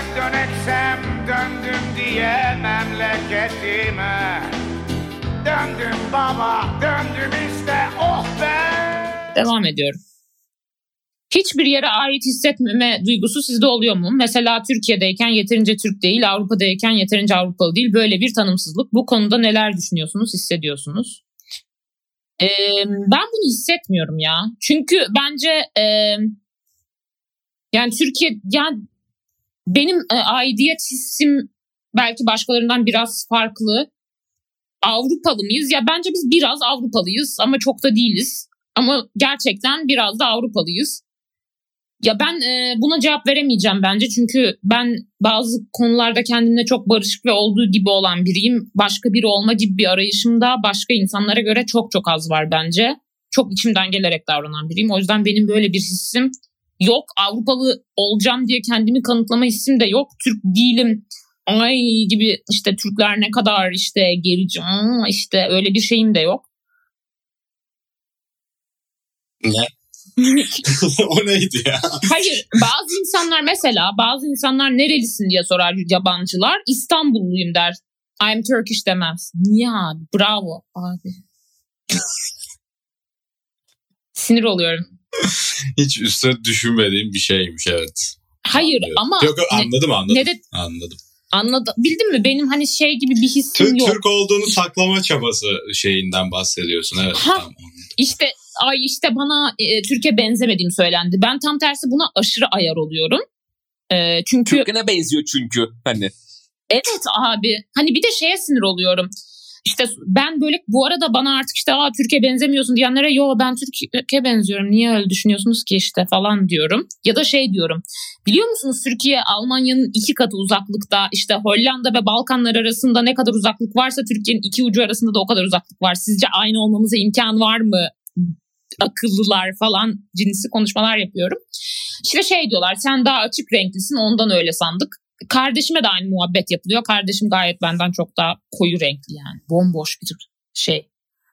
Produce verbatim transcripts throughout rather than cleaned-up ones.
dön etsem döndüm diye memleketime. Döndüm baba, döndüm işte, oh be. Devam ediyorum. Hiçbir yere ait hissetmeme duygusu sizde oluyor mu? Mesela Türkiye'deyken yeterince Türk değil, Avrupa'dayken yeterince Avrupalı değil. Böyle bir tanımsızlık. Bu konuda neler düşünüyorsunuz, hissediyorsunuz? Ee, ben bunu hissetmiyorum ya. Çünkü bence e, yani Türkiye, yani benim e, aidiyet hissim belki başkalarından biraz farklı. Avrupalı mıyız? Ya bence biz biraz Avrupalıyız ama çok da değiliz. Ama gerçekten biraz da Avrupalıyız. Ya ben e, buna cevap veremeyeceğim bence. Çünkü ben bazı konularda kendimle çok barışık ve olduğu gibi olan biriyim. Başka biri olma gibi bir arayışımda başka insanlara göre çok çok az var bence. Çok içimden gelerek davranan biriyim. O yüzden benim böyle bir hissim yok. Avrupalı olacağım diye kendimi kanıtlama hissim de yok. Türk değilim. Ay gibi işte Türkler ne kadar işte gerici, işte öyle bir şeyim de yok. Ne? O neydi ya? Hayır, bazı insanlar mesela bazı insanlar nerelisin diye sorar yabancılar. İstanbulluyum der. I'm Turkish demez. Niye abi? Bravo abi. Sinir oluyorum. Hiç üstüne düşünmediğim bir şeymiş, evet. Hayır anladım. Ama yok, yok, anladım ne, anladım. Ne de, anladım. Anladım. Bildin mi? Benim hani şey gibi bir hissim Türk, yok. Türk olduğunu saklama çabası şeyinden bahsediyorsun. Evet. Ha, tamam. İşte ay işte bana e, Türkiye benzemediğim söylendi. Ben tam tersi buna aşırı ayar oluyorum. E, çünkü Türk'üne benziyor çünkü hani. Evet abi. Hani bir de şeye sinir oluyorum. İşte ben böyle bu arada bana artık işte aa Türkiye benzemiyorsun diyenlere yo ben Türkiye benziyorum. Niye öyle düşünüyorsunuz ki işte falan diyorum. Ya da şey diyorum. Biliyor musunuz Türkiye Almanya'nın iki katı uzaklıkta, işte Hollanda ve Balkanlar arasında ne kadar uzaklık varsa Türkiye'nin iki ucu arasında da o kadar uzaklık var. Sizce aynı olmamıza imkan var mı? Akıllılar falan cinsi konuşmalar yapıyorum. İşte şey diyorlar sen daha açık renklisin ondan öyle sandık. Kardeşime de aynı muhabbet yapılıyor. Kardeşim gayet benden çok daha koyu renkli yani. Bomboş bir şey.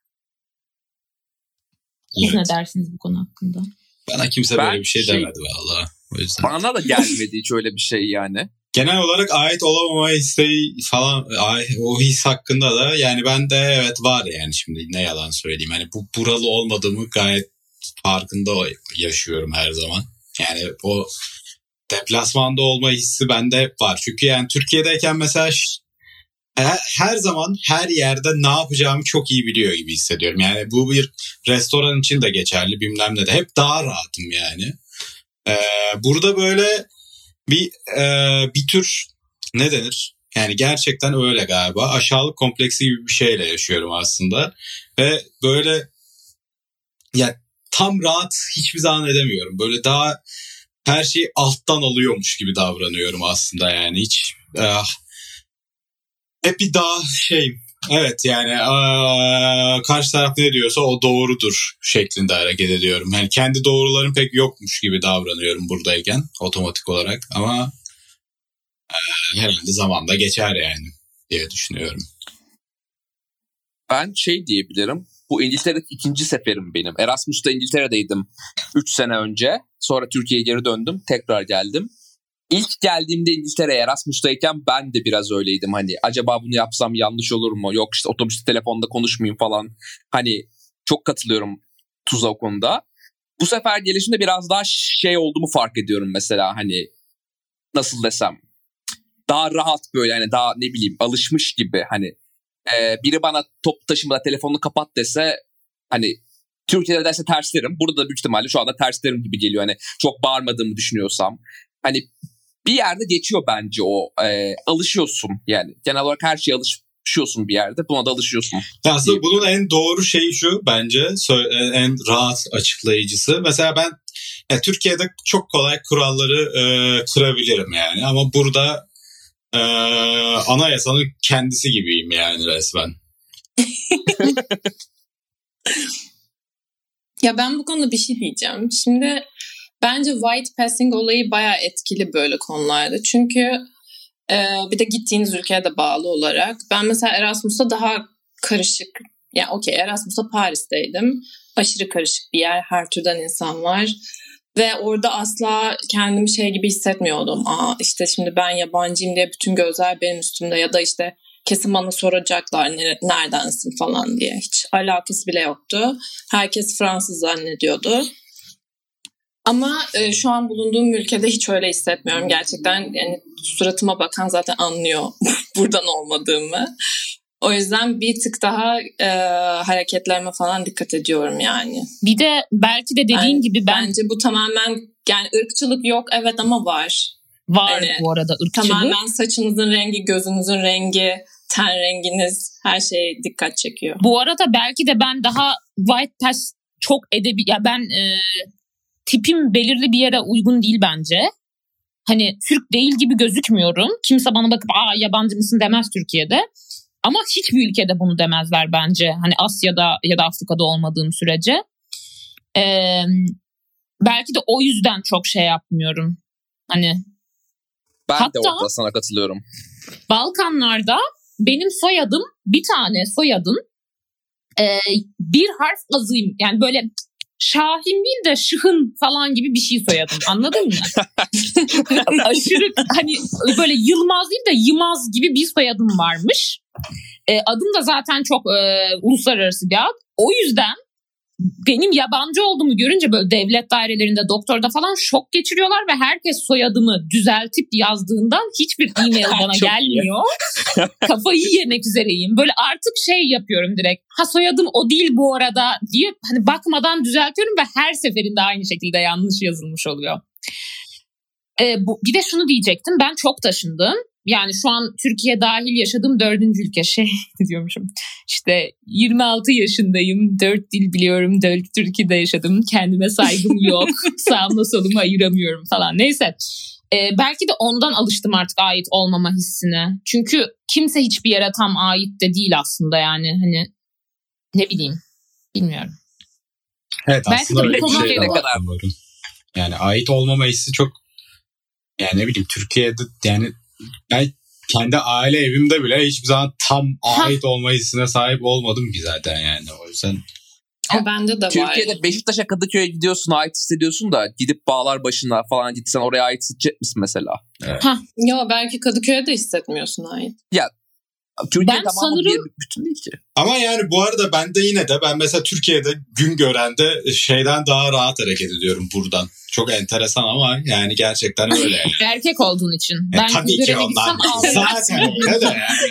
Siz evet. Ne dersiniz bu konu hakkında? Bana kimse ben böyle bir şey, şey demedi vallahi. O yüzden. Bana da gelmedi hiç öyle bir şey yani. Genel olarak ait olamama isteği falan o his hakkında da yani ben de evet var yani şimdi ne yalan söyleyeyim. Hani bu buralı olmadığımı gayet farkında yaşıyorum her zaman. Yani o deplasmanda olma hissi bende var. Çünkü yani Türkiye'deyken mesela her, her zaman her yerde ne yapacağımı çok iyi biliyor gibi hissediyorum. Yani bu bir restoran için de geçerli bilmem ne de. Hep daha rahatım yani. Ee, burada böyle bir e, bir tür ne denir? Yani gerçekten öyle galiba. Aşağılık kompleksi gibi bir şeyle yaşıyorum aslında. Ve böyle ya tam rahat hiçbir zaman edemiyorum. Böyle daha her şeyi alttan alıyormuş gibi davranıyorum aslında yani hiç ah, hep bir daha şey evet yani aa, karşı taraf ne diyorsa o doğrudur şeklinde hareket ediyorum. Yani kendi doğrularım pek yokmuş gibi davranıyorum buradayken otomatik olarak ama e, herhalde zamanda geçer yani diye düşünüyorum. Ben şey diyebilirim. Bu İngiltere'deki ikinci seferim benim. Erasmus'ta İngiltere'deydim üç sene önce. Sonra Türkiye'ye geri döndüm. Tekrar geldim. İlk geldiğimde İngiltere'ye Erasmus'tayken ben de biraz öyleydim. Hani acaba bunu yapsam yanlış olur mu? Yok işte otobüste telefonda konuşmayayım falan. Hani çok katılıyorum Tuz'a o konuda. Bu sefer gelişimde biraz daha şey olduğumu fark ediyorum mesela. Hani nasıl desem. Daha rahat böyle hani daha ne bileyim alışmış gibi hani. Ee, biri bana toplu taşımada telefonunu kapat dese hani Türkiye'de derse terslerim. Burada da büyük ihtimalle şu anda terslerim gibi geliyor. Hani çok bağırmadığımı düşünüyorsam. Hani bir yerde geçiyor bence o. E, alışıyorsun yani. Genel olarak her şeye alışıyorsun bir yerde. Buna da alışıyorsun. Aslında bunun en doğru şeyi şu bence. En rahat açıklayıcısı. Mesela ben ya, Türkiye'de çok kolay kuralları e, kırabilirim yani. Ama burada Ee, anayasanın kendisi gibiyim yani resmen. Ya ben bu konuda bir şey diyeceğim. Şimdi bence white passing olayı bayağı etkili böyle konularda. Çünkü e, bir de gittiğiniz ülkeye de bağlı olarak. Ben mesela Erasmus'ta daha karışık. Yani okey Erasmus'ta Paris'teydim. Aşırı karışık bir yer. Her türden insan var. Ve orada asla kendimi şey gibi hissetmiyordum. Aa işte şimdi ben yabancıyım diye bütün gözler benim üstümde ya da işte kesin bana soracaklar neredensin falan diye. Hiç alakası bile yoktu. Herkes Fransız zannediyordu. Ama e, şu an bulunduğum ülkede hiç öyle hissetmiyorum. Gerçekten yani suratıma bakan zaten anlıyor buradan olmadığımı. O yüzden bir tık daha e, hareketlerime falan dikkat ediyorum yani. Bir de belki de dediğin yani, gibi ben... Bence bu tamamen yani ırkçılık yok evet ama var. Var yani, bu arada ırkçılık. Tamamen saçınızın rengi, gözünüzün rengi, ten renginiz her şey dikkat çekiyor. Bu arada belki de ben daha white pass çok edebi... Ya ben e, tipim belirli bir yere uygun değil bence. Hani Türk değil gibi gözükmüyorum. Kimse bana bakıp aa yabancı mısın demez Türkiye'de. Ama hiçbir ülkede bunu demezler bence. Hani Asya'da ya da Afrika'da olmadığım sürece. Ee, belki de o yüzden çok şey yapmıyorum. Hani ben hatta, de orada sana katılıyorum. Balkanlarda benim soyadım bir tane soyadın e, bir harf azıyım. Yani böyle Şahin değil de Şıhın falan gibi bir şey soyadım. Anladın mı? Aşırı hani böyle Yılmaz değil de Yılmaz gibi bir soyadım varmış. E, adım da zaten çok e, uluslararası bir ad. O yüzden benim yabancı olduğumu görünce böyle devlet dairelerinde, doktorda falan şok geçiriyorlar ve herkes soyadımı düzeltip yazdığından hiçbir e-mail bana gelmiyor. Kafayı yemek üzereyim. Böyle artık şey yapıyorum direkt. Ha soyadım o değil bu arada diye hani bakmadan düzeltiyorum ve her seferinde aynı şekilde yanlış yazılmış oluyor. Ee, bu, bir de şunu diyecektim. Ben çok taşındım. Yani şu an Türkiye dahil yaşadığım dördüncü ülke şey diyormuşum. İşte yirmi altı yaşındayım. Dört dil biliyorum. Dört Türkiye'de yaşadım. Kendime saygım yok. Sağımla solumu ayıramıyorum falan. Neyse. Ee, belki de ondan alıştım artık ait olmama hissine. Çünkü kimse hiçbir yere tam ait de değil aslında yani. Hani ne bileyim. Bilmiyorum. Evet belki aslında öyle bir şey de ne var. kadar. Yani ait olmama hissi çok yani ne bileyim Türkiye'de yani ben kendi aile evimde bile hiçbir zaman tam ait olma hissine sahip olmadım ki zaten yani o yüzden. O bende de var. Türkiye'de Beşiktaş'a Kadıköy'e gidiyorsun ait hissediyorsun da gidip bağlar başına falan gitsen oraya ait hissedecek misin mesela? Evet. Ya belki Kadıköy'e de hissetmiyorsun ait. Ya Türkiye ben tamamı sanırım... bir bütün değil ki. Ama yani bu arada ben de yine de ben mesela Türkiye'de Güngören'de şeyden daha rahat hareket ediyorum buradan. Çok enteresan ama yani gerçekten öyle. Yani. Erkek olduğun için. E, ben tabii ki ondan. Zaten öyle de yani.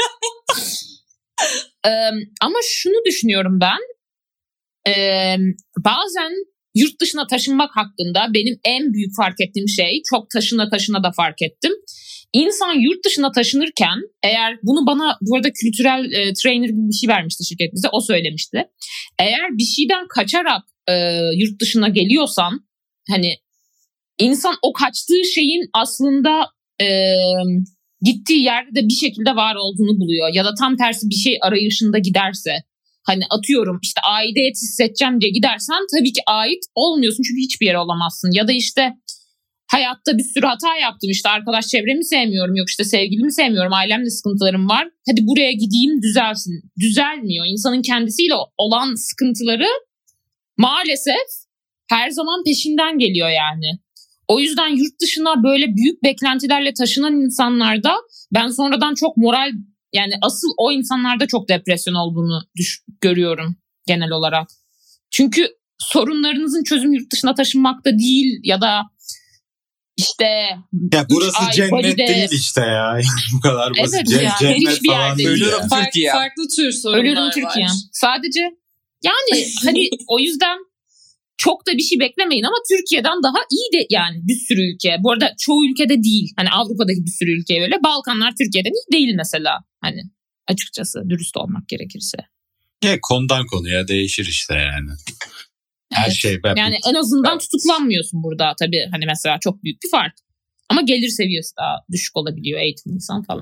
ee, ama şunu düşünüyorum ben. Ee, bazen yurt dışına taşınmak hakkında benim en büyük fark ettiğim şey, çok taşına taşına da fark ettim. İnsan yurt dışına taşınırken eğer bunu bana bu arada kültürel e, trainer gibi bir şey vermişti şirket bize, o söylemişti. Eğer bir şeyden kaçarak e, yurt dışına geliyorsan hani insan o kaçtığı şeyin aslında e, gittiği yerde de bir şekilde var olduğunu buluyor. Ya da tam tersi bir şey arayışında giderse hani atıyorum işte aidiyet hissedeceğim diye gidersen tabii ki ait olmuyorsun çünkü hiçbir yere olamazsın. Ya da işte hayatta bir sürü hata yaptım. İşte arkadaş çevremi sevmiyorum. Yok işte sevgilimi sevmiyorum. Ailemle sıkıntılarım var. Hadi buraya gideyim düzelsin. Düzelmiyor. İnsanın kendisiyle olan sıkıntıları maalesef her zaman peşinden geliyor yani. O yüzden yurt dışına böyle büyük beklentilerle taşınan insanlarda ben sonradan çok moral yani asıl o insanlarda çok depresyon olduğunu düş- görüyorum genel olarak. Çünkü sorunlarınızın çözümü yurt dışına taşınmakta değil ya da İşte ya burası cennet Bali'de... değil işte ya. Bu kadar basit. Evet C- ya, cennet falan değil. Ölürüm Yani. Fark, Türkiye. farklı tür sorunlar Ölürüm Türkiye. var. Sadece yani hani o yüzden çok da bir şey beklemeyin ama Türkiye'den daha iyi de yani bir sürü ülke. Bu arada çoğu ülkede değil. Hani Avrupa'daki bir sürü ülke öyle. Balkanlar Türkiye'den iyi değil mesela. Hani açıkçası dürüst olmak gerekirse. Ya konudan konuya değişir işte yani. Her Evet. şey ben. Yani en azından Evet. tutuklanmıyorsun burada tabii. Hani mesela çok büyük bir fark. Ama gelir seviyesi daha düşük olabiliyor eğitim insan falan.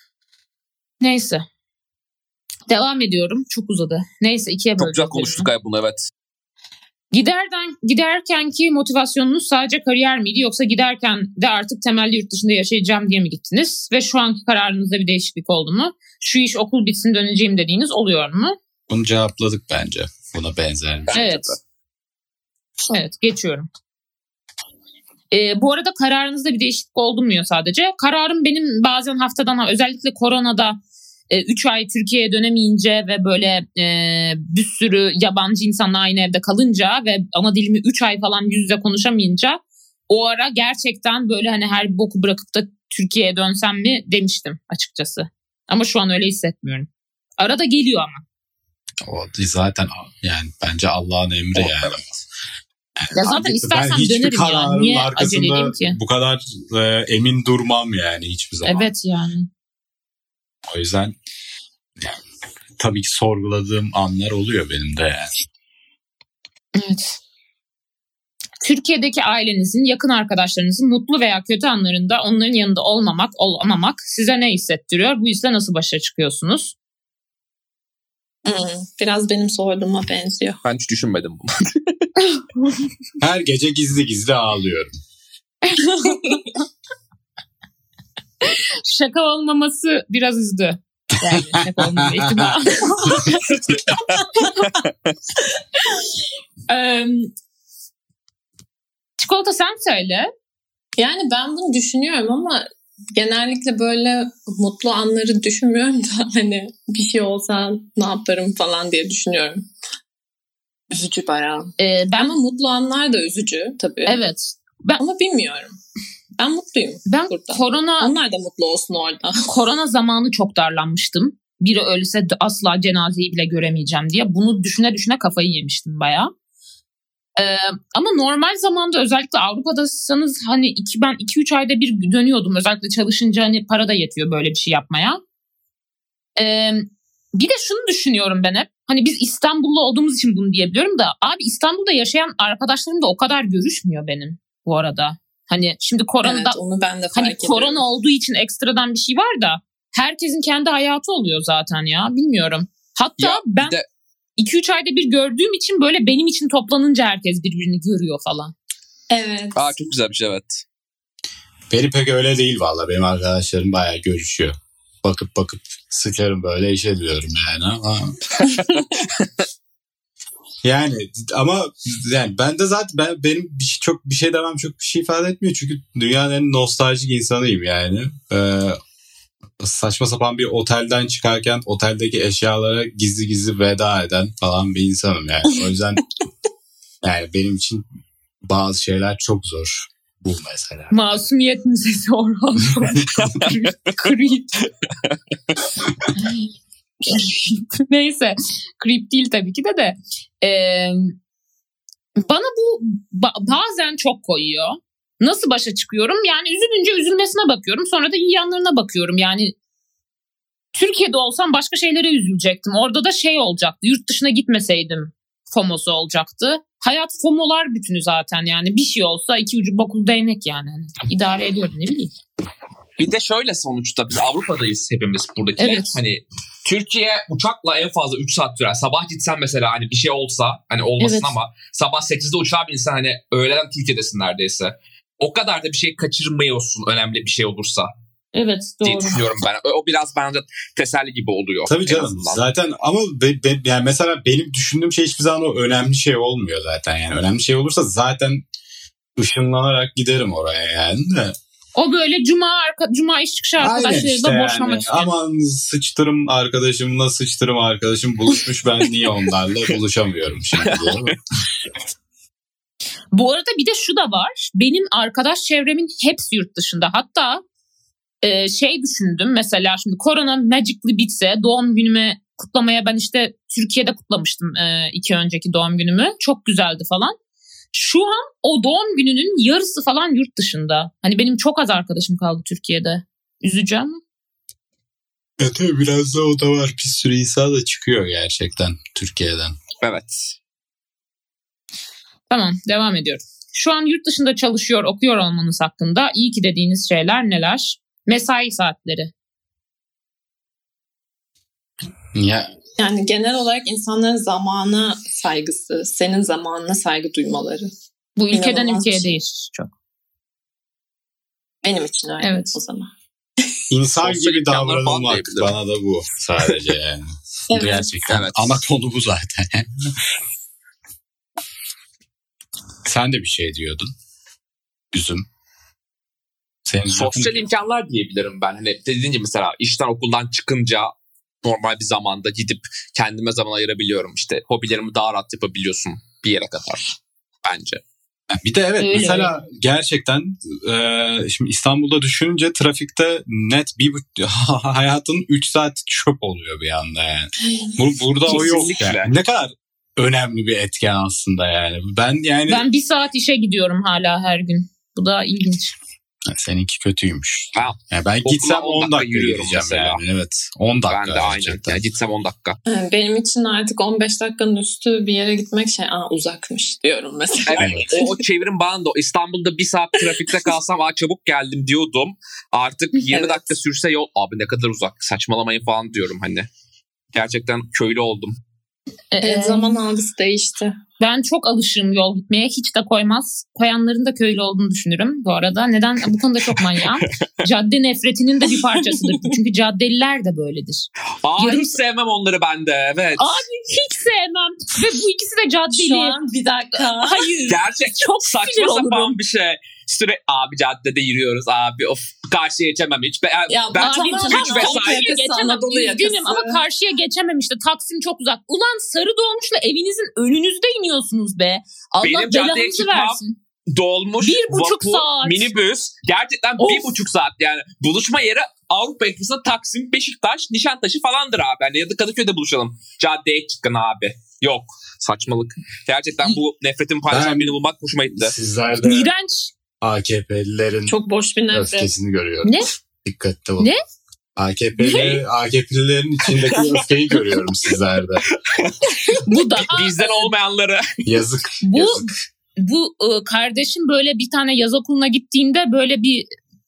Neyse. Devam ediyorum. Çok uzadı. Neyse ikiye Çok böleceğiz. güzel konuştuk ay bunu evet. Giderden, giderkenki motivasyonunuz sadece kariyer miydi yoksa giderken de artık temelli yurt dışında yaşayacağım diye mi gittiniz? Ve şu anki kararınızda bir değişiklik oldu mu? Şu iş okul bitsin döneceğim dediğiniz oluyor mu? Bunu cevapladık bence. Buna benzer. Evet. Evet geçiyorum. E, bu arada kararınızda bir değişiklik olmuyor sadece. Kararım benim bazen haftadan özellikle koronada üç e, ay Türkiye'ye dönemeyince ve böyle e, bir sürü yabancı insanla aynı evde kalınca ve ana dilimi üç ay falan yüz yüze konuşamayınca o ara gerçekten böyle hani her boku bırakıp da Türkiye'ye dönsem mi demiştim açıkçası. Ama şu an öyle hissetmiyorum. Arada geliyor ama. O zaten yani bence Allah'ın emri o, yani. Evet. Ya zaten istersen dönerim ya. Niye acele edeyim ki? Bu kadar e, emin durmam yani hiçbir zaman. Evet yani. O yüzden yani, tabii ki sorguladığım anlar oluyor benim de yani. Evet. Türkiye'deki ailenizin, yakın arkadaşlarınızın mutlu veya kötü anlarında onların yanında olmamak, olamamak size ne hissettiriyor? Bu hisle nasıl başa çıkıyorsunuz? Hmm, biraz benim sorduğuma benziyor. Ben hiç düşünmedim bunu. Her gece gizli gizli ağlıyorum. Şaka olmaması biraz üzdü. Yani şaka olmama ihtimali. um, Çikolata sen söyle. Yani ben bunu düşünüyorum ama genellikle böyle mutlu anları düşünmüyorum da hani bir şey olsa ne yaparım falan diye düşünüyorum. Üzücü bayağı. Ee, ben ama mutlu anlar da üzücü tabii. Evet. Ben, ama bilmiyorum. Ben mutluyum ben burada. Korona, onlar da mutlu olsun orada. Korona zamanı çok darlanmıştım. Biri ölse asla cenazeyi bile göremeyeceğim diye. Bunu düşüne düşüne kafayı yemiştim bayağı. Ee, ama normal zamanda özellikle Avrupa'daysanız hani iki, ben iki üç ayda bir dönüyordum. Özellikle çalışınca hani para da yetiyor böyle bir şey yapmaya. Ee, bir de şunu düşünüyorum ben hep. Hani biz İstanbul'da olduğumuz için bunu diyebiliyorum da abi İstanbul'da yaşayan arkadaşlarım da o kadar görüşmüyor benim bu arada. Hani şimdi koronada evet, onu ben de fark hani ediyorum. korona olduğu için ekstradan bir şey var da herkesin kendi hayatı oluyor zaten ya bilmiyorum. Hatta ya, ben de... iki üç ayda bir gördüğüm için böyle benim için toplanınca herkes birbirini görüyor falan. Evet. Aa, çok güzel bir şey evet. Benim pek öyle değil valla. Benim arkadaşlarım bayağı görüşüyor. Bakıp bakıp sıçarım böyle iş ediyorum yani ama... yani ama yani ben de zaten ben, benim bir şey, çok bir şey demem çok bir şey ifade etmiyor. Çünkü dünyanın en nostaljik insanıyım yani. Ee, saçma sapan bir otelden çıkarken oteldeki eşyalara gizli gizli veda eden falan bir insanım yani. O yüzden yani benim için bazı şeyler çok zor. Bu mesela. Masumiyet Müzesi Orhan. Creep. Neyse. Creep değil tabii ki de de. Ee, bana bu ba- bazen çok koyuyor. Nasıl başa çıkıyorum? Yani üzülünce üzülmesine bakıyorum. Sonra da iyi yanlarına bakıyorum. Yani Türkiye'de olsam başka şeylere üzülecektim. Orada da şey olacaktı. Yurt dışına gitmeseydim FOMO'su olacaktı. Hayat FOMO'lar bütünü zaten yani. Bir şey olsa iki ucu bokul değnek yani. İdare ediyorum ne bileyim. Bir de şöyle sonuçta biz Avrupa'dayız hepimiz buradakiler. Evet. Hani Türkiye uçakla en fazla üç saat sürer. Sabah gitsen mesela hani bir şey olsa hani olmasın evet. Ama sabah sekizde uçağa binsen hani öğleden Türkiye'desin neredeyse. O kadar da bir şey kaçırmıyorsun önemli bir şey olursa. Evet doğru. Diye düşünüyorum ben. O biraz bence teselli gibi oluyor. Tabii canım zaten ama be, be, yani mesela benim düşündüğüm şey hiçbir zaman o önemli şey olmuyor zaten. Yani önemli şey olursa zaten ışınlanarak giderim oraya yani de. O böyle cuma arka, cuma iş çıkışı arkadaşlarıyla işte boşlamak yani. istiyor. Aman sıçtırım arkadaşımla sıçtırım arkadaşım buluşmuş ben niye onlarla buluşamıyorum şimdi diye. Bu arada bir de şu da var. Benim arkadaş çevremin hepsi yurt dışında. Hatta e, şey düşündüm mesela şimdi korona magically bitse doğum günümü kutlamaya ben işte Türkiye'de kutlamıştım e, iki önceki doğum günümü. Çok güzeldi falan. Şu an o doğum gününün yarısı falan yurt dışında. Hani benim çok az arkadaşım kaldı Türkiye'de. Üzücü ama. Evet tabii biraz da o da var. Bir sürü insan da çıkıyor gerçekten Türkiye'den. Evet. Tamam devam ediyorum. Şu an yurt dışında çalışıyor, okuyor olmanız hakkında iyi ki dediğiniz şeyler neler? Mesai saatleri. Ya. Yani genel olarak insanların zamana saygısı, senin zamanına saygı duymaları. Bu ülkeden ülkeye değişir çok. Benim için öyle evet. O zaman. İnsan gibi davranılmak bana da bu sadece yani. evet. Gerçekten evet. Ana konu bu zaten. Sen de bir şey diyordun. üzüm. Senin sosyal imkanlar diyebilirim ben. Hani dediğin gibi mesela işten okuldan çıkınca normal bir zamanda gidip kendime zaman ayırabiliyorum. İşte hobilerimi daha rahat yapabiliyorsun bir yere kadar bence. Bir de evet Öyle mesela öyle. Gerçekten e, şimdi İstanbul'da düşününce trafikte net bir hayatın üç saat çöp oluyor bir anda yani. Bur- burada o yok yani. Ne kadar önemli bir etken aslında yani. Ben yani Ben bir saat işe gidiyorum hala her gün. Bu da ilginç. Seninki kötüymüş. Ha, yani ben gitsem on dakika, dakika yürüyorum mesela. Yani. Evet. on dakika. Ben de aynen. Yani gitsem on dakika. Benim için artık on beş dakikanın üstü bir yere gitmek şey aa uzakmış diyorum mesela. Evet. o, o çevrim bağında İstanbul'da bir saat trafikte kalsam aa çabuk geldim diyordum. Artık yirmi evet. dakika sürse yol abi ne kadar uzak saçmalamayın falan diyorum hani. Gerçekten köylü oldum. Evet, zaman algısı değişti. Ben çok alışığım yol gitmeye. Hiç de koymaz. Koyanların da köylü olduğunu düşünürüm bu arada. Neden? Bu konuda çok manyağım. Cadde nefretinin de bir parçasıdır. Çünkü caddeliler de böyledir. Aa, Yarım... Hiç sevmem onları ben de. Evet. Abi hiç sevmem. Ve bu ikisi de caddeli. Şu an bir dakika. Hayır. Gerçek çok saçma sapan bir şey. Sürekli abi caddede yürüyoruz abi of karşıya geçemem hiç. Ben, ya, ben abi, çok tamam, güç ve karşıya geçemem. Üzgünüm ama karşıya geçemem işte. Taksim çok uzak. Ulan sarı dolmuşla evinizin önünüzde iniyorsunuz be. Allah benim caddeye çıkmam versin. Dolmuş, bir buçuk vapur, saat. minibüs gerçekten of. bir buçuk saat yani. Buluşma yeri Avrupa yakasında Taksim, Beşiktaş, Nişantaşı falandır abi. Yani ya da Kadıköy'de buluşalım. Caddeye çıkın abi. Yok. Saçmalık. Gerçekten bu nefretin paylaşan birini bulmak hoşuma gitti. Sizlerde İğrenç. A K P'lilerin çok boş bir nefret. öfkesini görüyorum. Ne? Dikkatli olun. Ne? A K P'li, A K P'lilerin içindeki öfkeyi görüyorum sizlerde. Bu da bizden olmayanları. Yazık. Bu yazık. bu kardeşim böyle bir tane yaz okuluna gittiğinde böyle bir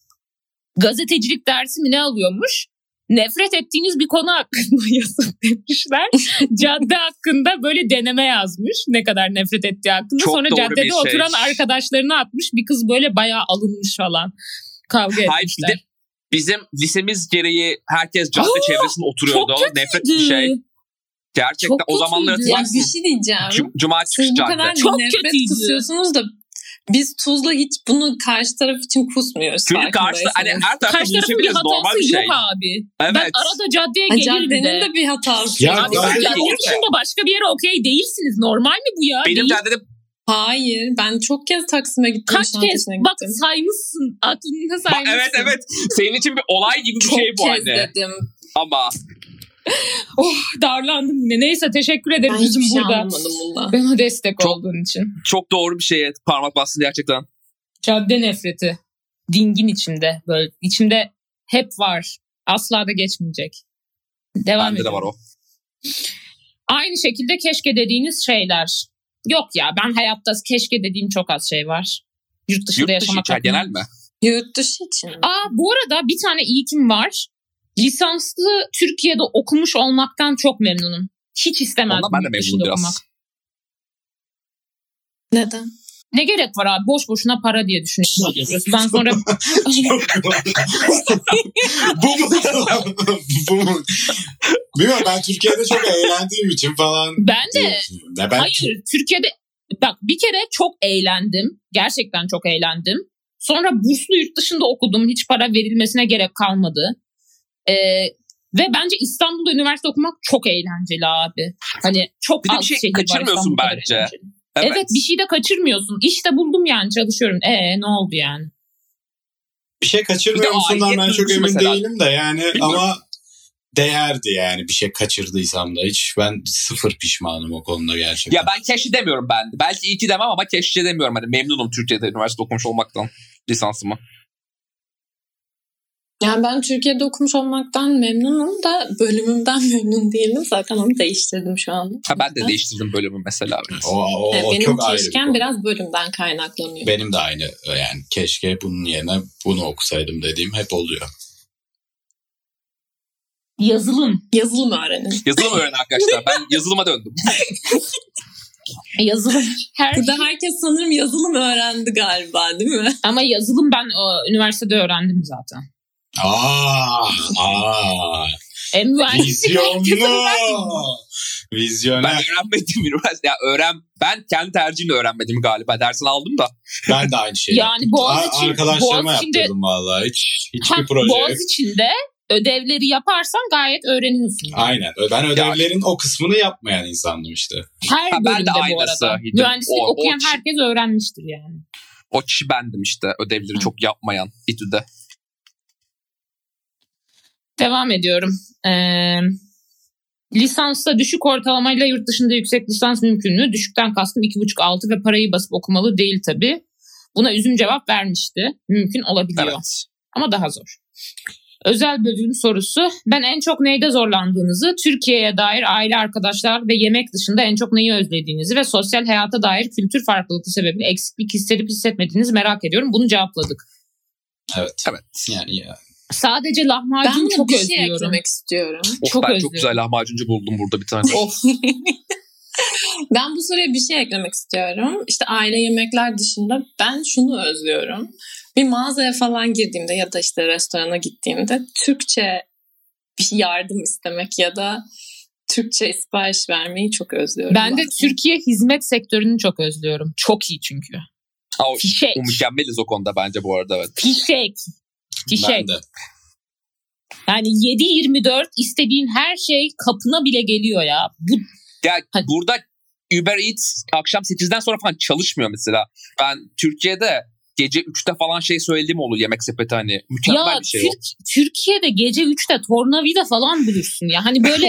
gazetecilik dersi mi ne alıyormuş? Nefret ettiğiniz bir konu hakkında yazın demişler. Cadde hakkında böyle deneme yazmış. Ne kadar nefret ettiği hakkında. Çok Sonra caddede şey. oturan arkadaşlarına atmış. Bir kız böyle bayağı alınmış falan. Kavga etmişler. Hayır, bir de bizim lisemiz gereği herkes cadde Aa, çevresinde oturuyordu. Nefret bir şey. Gerçekten çok o zamanlar hatırlarsın. Ya bir şey diyeceğim. C- Cuma çıkış Siz bu cadde. kadar çok nefret kötüydü. kusuyorsunuz da biz Tuzla hiç bunu karşı taraf için kusmuyoruz. Çünkü karşı hani her tarafta buluşabiliriz normal bir şey. Yok abi. Evet. Ben arada caddeye gelirim caddenin de. de bir hatası. Ya, abi ben caddenin dışında başka bir yere okey değilsiniz. Normal mi bu ya? Benim Değil. caddede Hayır. Ben çok kez Taksim'e gittim. Kaç kez? Gittim. Bak saymışsın. Aklında saymışsın. Bak, evet evet. Senin için bir olay gibi bir çok şey bu kez anne. dedim. Ama oh darlandım yine. Neyse teşekkür ederim. Ben hiçbir şey burada. anlamadım bundan. Bana destek çok, olduğun için. Çok doğru bir şeye parmak bastın gerçekten. Cadde nefreti. Dingin içimde. Böyle içimde hep var. Asla da geçmeyecek. Devam Bende edelim. de var o. Aynı şekilde keşke dediğiniz şeyler. Yok ya ben hayatta keşke dediğim çok az şey var. Yurt dışında Yurt dışı yaşamak. için genel mi? Yurt dışı için. Aa bu arada bir tane ilkim var. Lisanslı Türkiye'de okumuş olmaktan çok memnunum. Hiç istemezdim. Ondan ben de memnunum biraz. Okumak. Neden? Ne gerek var abi? Boş boşuna para diye düşünüyorsun. Ben sonra... Bu mu? Bu mu? Bilmiyorum ben Türkiye'de çok eğlendiğim için falan. Ben de. Ya ben... Hayır Türkiye'de... Bak bir kere çok eğlendim. Gerçekten çok eğlendim. Sonra burslu yurt dışında okudum. Hiç para verilmesine gerek kalmadı. Ee, ve bence İstanbul'da üniversite okumak çok eğlenceli abi. Hani çok bir de az bir şey şehir kaçırmıyorsun var bence. Evet. evet bir şey de kaçırmıyorsun. İşte buldum yani çalışıyorum. Ee ne oldu yani? Bir şey kaçırmıyor musundan ben çok emin mesela. Değilim de yani bilmiyorum. Ama değerdi yani bir şey kaçırdıysam da hiç ben sıfır pişmanım o konuda gerçekten. Ya ben keşke demiyorum ben. Belki iyi ki demem ama keşke demiyorum. Hani memnunum Türkiye'de üniversite okumuş olmaktan lisansımı. Yani ben Türkiye'de okumuş olmaktan memnunum da bölümümden memnun değilim. Zaten onu değiştirdim şu anda. Ha, ben de değiştirdim bölümü mesela. O, o, yani o benim çok keşkem biraz bölümden kaynaklanıyor. Benim de aynı yani keşke bunun yerine bunu okusaydım dediğim hep oluyor. Yazılım. Yazılım öğrenin. Yazılım öğrenin arkadaşlar. Ben yazılıma döndüm. Yazılım. Her Burada herkes sanırım yazılım öğrendi galiba değil mi? Ama yazılım ben o, üniversitede öğrendim zaten. Aa, aa. E, mühendislik herkese Vizyonlu. Vizyoner. Ben öğrenmedim üniversite. Ya öğren, ben kendi tercihimle öğrenmedim galiba. Dersini aldım da. Ben de aynı şeyi Yani yaptım. Boğaziçi- Arkadaşlarıma Boğaziçi'nde- yaptırdım vallahi. Hiç, hiçbir Ha, proje yok. Boğaziçi'nde ödevleri yaparsan gayet öğreniyorsun. Aynen. Ben ödevlerin o kısmını yapmayan insandım işte. Her Ha, ben de bölümde bu aynısı arada. idim. Mühendislik O- o okuyan çi- herkes öğrenmiştir yani. O kişi bendim işte. Ödevleri Hı. çok yapmayan İTÜ'de. Devam ediyorum. Ee, lisansta düşük ortalamayla yurt dışında yüksek lisans mümkün mü? Düşükten kastım iki buçuk altı ve parayı basıp okumalı değil tabii. Buna üzüm cevap vermişti. Mümkün olabiliyor. Evet. Ama daha zor. Özel bölüm sorusu. Ben en çok neyde zorlandığınızı, Türkiye'ye dair aile, arkadaşlar ve yemek dışında en çok neyi özlediğinizi ve sosyal hayata dair kültür farklılığı sebebiyle eksiklik hissedip hissetmediğinizi merak ediyorum. Bunu cevapladık. Evet. Evet. Yani ya. Sadece Ben lahmacun buna çok bir şey özlüyorum. eklemek istiyorum. Of, Çok ben özledim. çok güzel lahmacuncu buldum burada bir tane. Of. Ben bu soruya bir şey eklemek istiyorum. İşte aile yemekler dışında ben şunu özlüyorum. Bir mağazaya falan girdiğimde ya da işte restorana gittiğimde Türkçe bir yardım istemek ya da Türkçe sipariş vermeyi çok özlüyorum. Ben de bazen. Türkiye hizmet sektörünü çok özlüyorum. Çok iyi çünkü. Ha, o, Fişek. o mükemmeliz o konuda bence bu arada, evet. Fişek. Fişek. Ben de. Yani yedi yirmi dört istediğin her şey kapına bile geliyor ya. Bu Ya Hadi. burada Uber Eats akşam sekizden sonra falan çalışmıyor mesela. Ben Türkiye'de gece üçte falan şey söylediğim olur, yemek sepeti, hani mükemmel ya bir şey Türk, o. Türkiye'de gece üçte tornavida falan bulursun ya. Hani böyle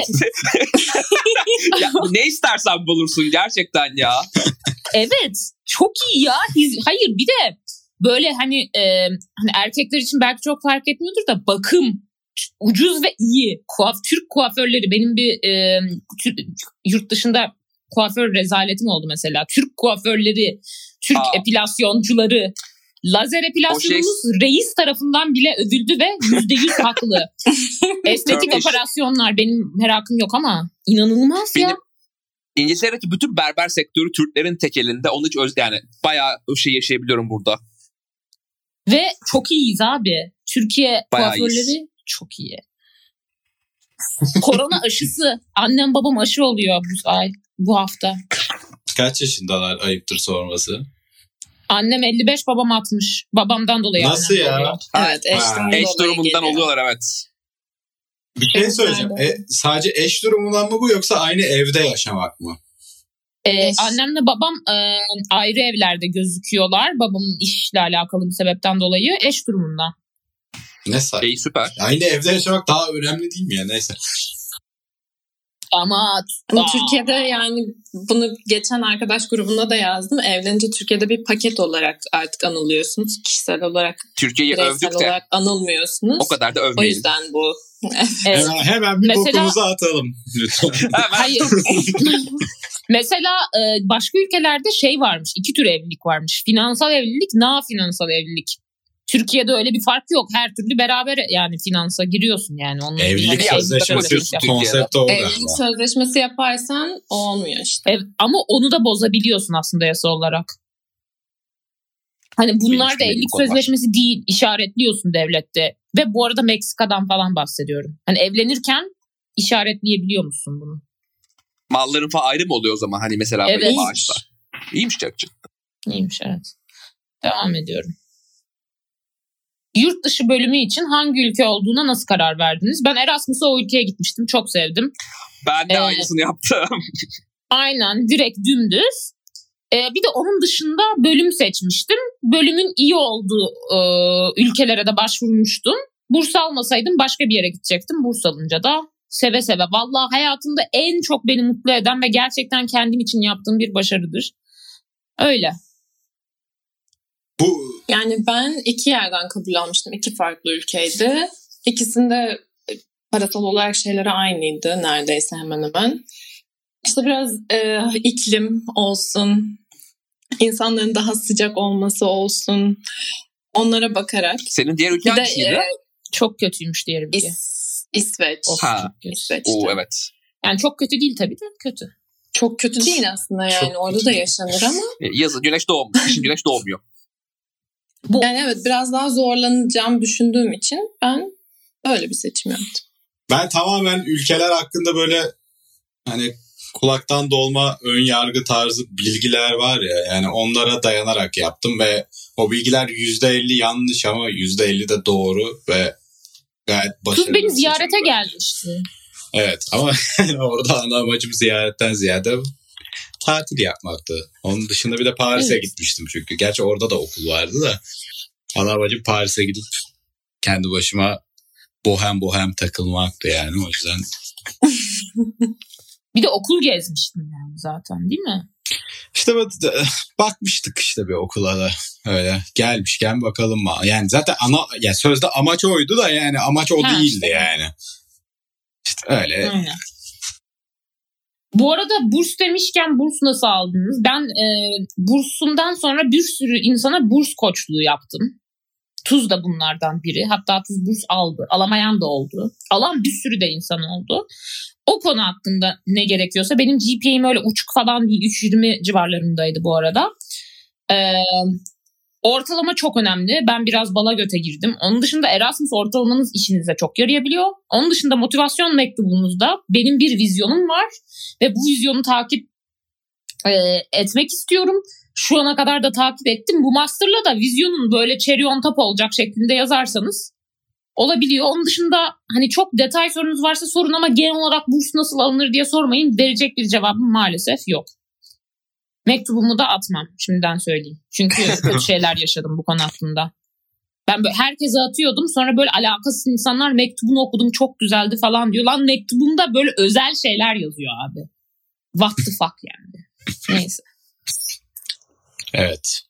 Ya, ne istersen bulursun gerçekten ya. evet çok iyi ya. Hiz- Hayır bir de böyle hani, e, hani erkekler için belki çok fark etmiyordur da bakım ucuz ve iyi. Kuaf, Türk kuaförleri, benim bir e, Tür- yurt dışında kuaför rezaletim oldu mesela. Türk kuaförleri, Türk Aa. epilasyoncuları, lazer epilasyonumuz reis tarafından bile övüldü ve yüzde yüz haklı. Estetik Turkish. operasyonlar benim merakım yok ama inanılmaz ya. Benim İngiltere'deki bütün berber sektörü Türklerin tek elinde. Onu hiç öz yani bayağı o şey yaşayabiliyorum burada. Ve çok iyiyiz abi. Türkiye Bayağı kuaförleri iyiyiz. çok iyi. Korona aşısı. Annem babam aşı oluyor bu ay, bu hafta. Kaç yaşındalar, ayıptır sorması? Annem elli beş, babam altmış. Babamdan dolayı Nasıl annem ya? oluyor. Evet, eşten Ha. dolayı Eş durumundan geliyor. oluyorlar, evet. Bir şey Evet, söyleyeceğim. ben de. E, sadece eş durumundan mı bu, yoksa aynı evde yaşamak mı? Ee, Eş. annemle babam e, ayrı evlerde gözüküyorlar. Babamın işle alakalı bir sebepten dolayı eş durumundan. Ne say? Şey süper. Aynı evde yaşamak daha önemli değil mi ya? Neyse. Ama Ama Aa. Türkiye'de yani bunu geçen arkadaş grubunda da yazdım. Evlenince Türkiye'de bir paket olarak artık anılıyorsunuz. Kişisel olarak, Türkiye'yi bireysel övdük de olarak anılmıyorsunuz. o kadar da O övmeyelim. yüzden bu. evet. Hemen, hemen bir Mesela- bokumuzu atalım. Lütfen. Hemen. Hayır. Mesela e, başka ülkelerde şey varmış. İki tür evlilik varmış. Finansal evlilik, na finansal evlilik. Türkiye'de öyle bir fark yok. Her türlü beraber yani finansa giriyorsun yani. Onun Evlilik yani sözleşmesi Türkiye'de. konsepti o Evlilik galiba. sözleşmesi yaparsan o olmuyor işte. Evet, ama onu da bozabiliyorsun aslında yasa olarak. Hani bunlar da bilmediğim evlilik konular. sözleşmesi değil, işaretliyorsun devlette. Ve bu arada Meksika'dan falan bahsediyorum. Hani evlenirken işaretleyebiliyor musun bunu? Malların falan ayrı mı oluyor o zaman? Hani mesela Evet. böyle maaşlar. İyiymiş gerçekten. İyiymiş, evet. Devam ediyorum. Yurt dışı bölümü için hangi ülke olduğuna nasıl karar verdiniz? Ben Erasmus'a o ülkeye gitmiştim. Çok sevdim. Ben de Ee, aynısını yaptım. Aynen, direkt dümdüz. Ee, bir de onun dışında bölüm seçmiştim. Bölümün iyi olduğu e, ülkelere de başvurmuştum. Burs almasaydım başka bir yere gidecektim. Burs alınca da seve seve. Vallahi hayatımda en çok beni mutlu eden ve gerçekten kendim için yaptığım bir başarıdır. Öyle. Bu Yani ben iki yerden kabul almıştım. İki farklı ülkeydi. İkisinde parasal olarak şeyleri aynıydı neredeyse, hemen hemen. İşte biraz e, iklim olsun, insanların daha sıcak olması olsun, onlara bakarak. Senin diğer ülke Bir de hangisiydi? e, Çok kötüymüş diğer ülke. İs- İsveç. Of, Ha. çok kötü. İsveç'te. Oo, evet. Yani çok kötü değil tabii de kötü. Çok kötü değil aslında yani. Çok Orada kötü da değil. yaşanır ama. E, Yazın güneş doğmuyor. Kışın güneş doğmuyor. Yani evet, biraz daha zorlanacağım düşündüğüm için ben öyle bir seçim yaptım. Ben tamamen ülkeler hakkında böyle hani kulaktan dolma ön yargı tarzı bilgiler var ya, yani onlara dayanarak yaptım ve o bilgiler yüzde elli yanlış ama yüzde elli de doğru ve gayet başarılı. Tuz beni ziyarete gelmişti. Evet ama orada ana amacım ziyaretten ziyade tatil yapmaktı. Onun dışında bir de Paris'e evet. gitmiştim çünkü. Gerçi orada da okul vardı da ana amacım Paris'e gidip kendi başıma bohem bohem takılmaktı yani, o yüzden. Bir de okul gezmiştin yani zaten, değil mi? İşte bakmıştık işte bir okula da öyle gelmişken bakalım mı? Yani zaten ana ya sözde amaç oydu da yani amaç o ha, değildi işte. Yani. İşte öyle. Aynen. Bu arada burs demişken burs nasıl aldınız? Ben e, bursumdan sonra bir sürü insana burs koçluğu yaptım. Tuz da bunlardan biri. Hatta Tuz burs aldı. Alamayan da oldu. Alan bir sürü de insan oldu. O konu hakkında ne gerekiyorsa, benim G P A'm öyle uçuk falan değil. üç yirmi civarlarındaydı bu arada. Ee, ortalama çok önemli. Ben biraz bala göte girdim. Onun dışında Erasmus ortalamanız işinize çok yarayabiliyor. Onun dışında motivasyon mektubunuzda benim bir vizyonum var. Ve bu vizyonu takip e, etmek istiyorum. Şu ana kadar da takip ettim. Bu master'la da vizyonun böyle cherry on top olacak şeklinde yazarsanız olabiliyor. Onun dışında hani çok detay sorunuz varsa sorun ama genel olarak burs nasıl alınır diye sormayın. Verecek bir cevabım maalesef yok. Mektubumu da atmam, şimdiden söyleyeyim. Çünkü kötü şeyler yaşadım bu konu hakkında. Ben böyle herkese atıyordum. Sonra böyle alakasız insanlar mektubunu okudum çok güzeldi falan diyor. Lan mektubumda böyle özel şeyler yazıyor abi. What the fuck yani. Neyse. Evet.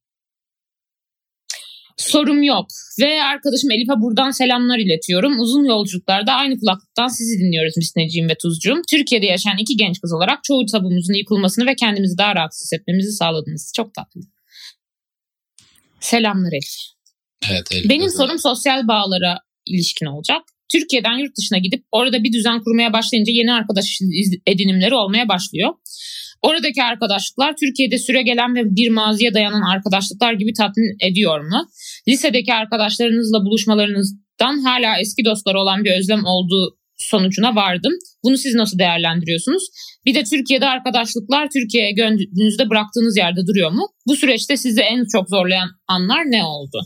Sorum yok. Ve arkadaşım Elif'e buradan selamlar iletiyorum. Uzun yolculuklarda aynı kulaklıktan sizi dinliyoruz Misneciğim ve Tuzcuğum. Türkiye'de yaşayan iki genç kız olarak çoğu tabumuzun yıkılmasını ve kendimizi daha rahat hissetmemizi sağladınız. Çok tatlı. Selamlar Elif. Evet, Elif. Benim sorum sosyal bağlara ilişkin olacak. Türkiye'den yurt dışına gidip orada bir düzen kurmaya başlayınca yeni arkadaş edinimleri olmaya başlıyor. Oradaki arkadaşlıklar Türkiye'de süregelen ve bir maziye dayanan arkadaşlıklar gibi tatmin ediyor mu? Lisedeki arkadaşlarınızla buluşmalarınızdan hala eski dostlar olan bir özlem olduğu sonucuna vardım. Bunu siz nasıl değerlendiriyorsunuz? Bir de Türkiye'de arkadaşlıklar Türkiye'ye döndüğünüzde bıraktığınız yerde duruyor mu? Bu süreçte sizi en çok zorlayan anlar ne oldu?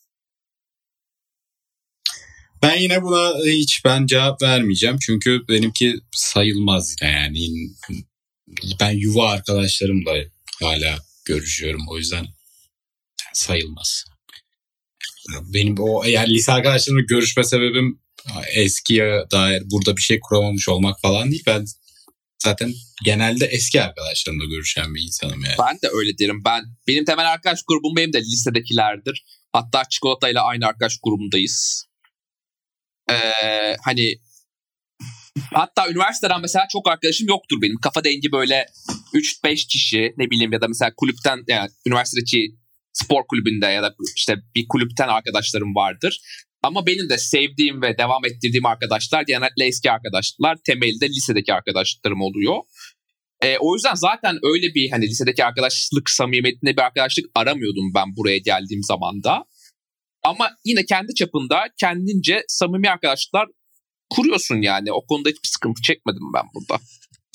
Ben yine buna hiç ben cevap vermeyeceğim. Çünkü benimki sayılmaz yine yani. Ben yuva arkadaşlarımla hala görüşüyorum. O yüzden sayılmaz. Benim o eğer lise arkadaşlarımla görüşme sebebim eskiye dair burada bir şey kuramamış olmak falan değil. Ben zaten genelde eski arkadaşlarımla görüşen bir insanım yani. Ben de öyle derim. Ben benim temel arkadaş grubum benim de lisedekilerdir. Hatta Çikolata'yla aynı arkadaş grubundayız. Ee, hani hatta üniversiteden mesela çok arkadaşım yoktur benim. Kafa dengi böyle üç beş kişi ne bileyim ya da mesela kulüpten yani üniversitedeki spor kulübünde ya da işte bir kulüpten arkadaşlarım vardır. Ama benim de sevdiğim ve devam ettirdiğim arkadaşlar genellikle eski arkadaşlar. Temelde lisedeki arkadaşlarım oluyor. E, o yüzden zaten öyle bir hani lisedeki arkadaşlık samimiyetinde bir arkadaşlık aramıyordum ben buraya geldiğim zaman da. Ama yine kendi çapında kendince samimi arkadaşlar kuruyorsun yani. O konuda hiçbir sıkıntı çekmedim ben burada.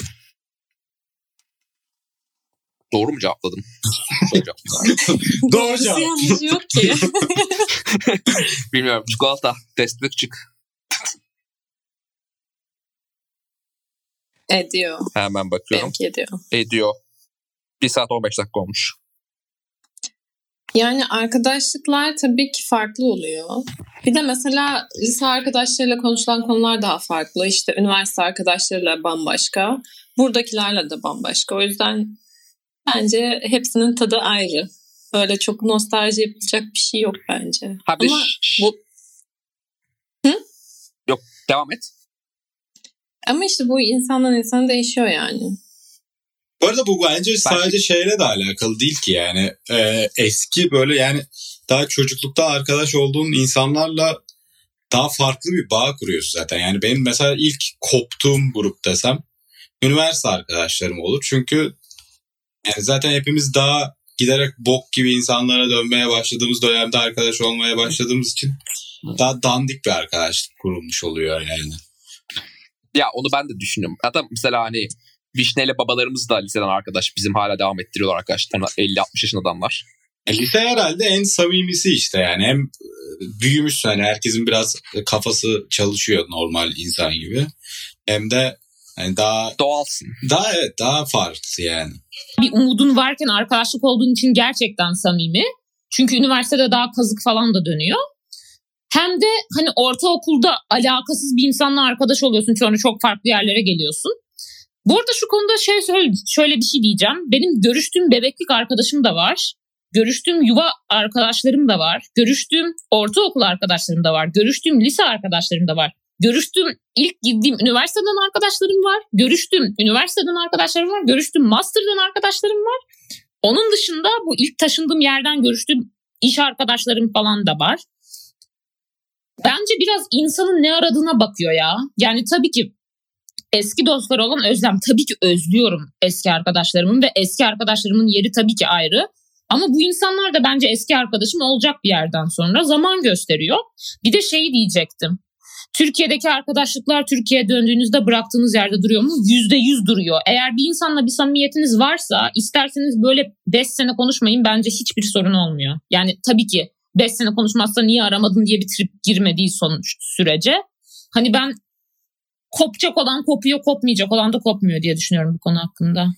Doğru mu cevapladım? Doğru cevapladım. Doğru cevap. Yanlış yok ki. Bilmiyorum. Çikolata. Destek çık. Ediyor. Hemen bakıyorum. Benimki ediyor. Ediyor. bir saat on beş dakika olmuş. Yani arkadaşlıklar tabii ki farklı oluyor. Bir de mesela lise arkadaşlarıyla konuşulan konular daha farklı. İşte üniversite arkadaşlarıyla bambaşka. Buradakilerle de bambaşka. O yüzden bence hepsinin tadı ayrı. Öyle çok nostalji yapacak bir şey yok bence. Abi Ama ş- bu... Hı? Yok, devam et. Ama işte bu insandan insana değişiyor yani. Bu arada bu bence sadece şeyle de alakalı değil ki yani. Ee, eski böyle yani daha çocuklukta arkadaş olduğun insanlarla daha farklı bir bağ kuruyorsun zaten. Yani benim mesela ilk koptuğum grup desem üniversite arkadaşlarım olur. Çünkü yani zaten hepimiz daha giderek bok gibi insanlara dönmeye başladığımız dönemde arkadaş olmaya başladığımız için daha dandik bir arkadaşlık kurulmuş oluyor yani. Ya onu ben de düşünüyorum. Hatta mesela hani Vişne'yle babalarımız da liseden arkadaş. Bizim hala devam ettiriyorlar arkadaşlar. elli altmış yaşında adamlar. Lise herhalde en samimisi işte yani. Hem büyümüşsün hani herkesin biraz kafası çalışıyor normal insan gibi. Hem de yani daha doğalsın. Daha evet daha farklı yani. Bir umudun varken arkadaşlık olduğun için gerçekten samimi. Çünkü üniversitede daha kazık falan da dönüyor. Hem de hani ortaokulda alakasız bir insanla arkadaş oluyorsun. Sonra çok farklı yerlere geliyorsun. Bu arada şu konuda şey söyle, şöyle bir şey diyeceğim. Benim görüştüğüm bebeklik arkadaşım da var. Görüştüğüm yuva arkadaşlarım da var. Görüştüğüm ortaokul arkadaşlarım da var. Görüştüğüm lise arkadaşlarım da var. Görüştüğüm ilk gittiğim üniversiteden arkadaşlarım var. Görüştüğüm üniversiteden arkadaşlarım var. Görüştüğüm master'dan arkadaşlarım var. Onun dışında bu ilk taşındığım yerden görüştüğüm iş arkadaşlarım falan da var. Bence biraz insanın ne aradığına bakıyor ya. Yani tabii ki eski dostlar olan özlem. Tabii ki özlüyorum eski arkadaşlarımın ve eski arkadaşlarımın yeri tabii ki ayrı. Ama bu insanlar da bence eski arkadaşım olacak bir yerden sonra. Zaman gösteriyor. Bir de şeyi diyecektim. Türkiye'deki arkadaşlıklar Türkiye'ye döndüğünüzde bıraktığınız yerde duruyor mu? Yüzde yüz duruyor. Eğer bir insanla bir samimiyetiniz varsa isterseniz böyle beş sene konuşmayın, bence hiçbir sorun olmuyor. Yani tabii ki beş sene konuşmazsa niye aramadın diye bir trip girmediği sonuç sürece. Hani ben kopacak olan kopuyor, kopmayacak olan da kopmuyor diye düşünüyorum bu konu hakkında.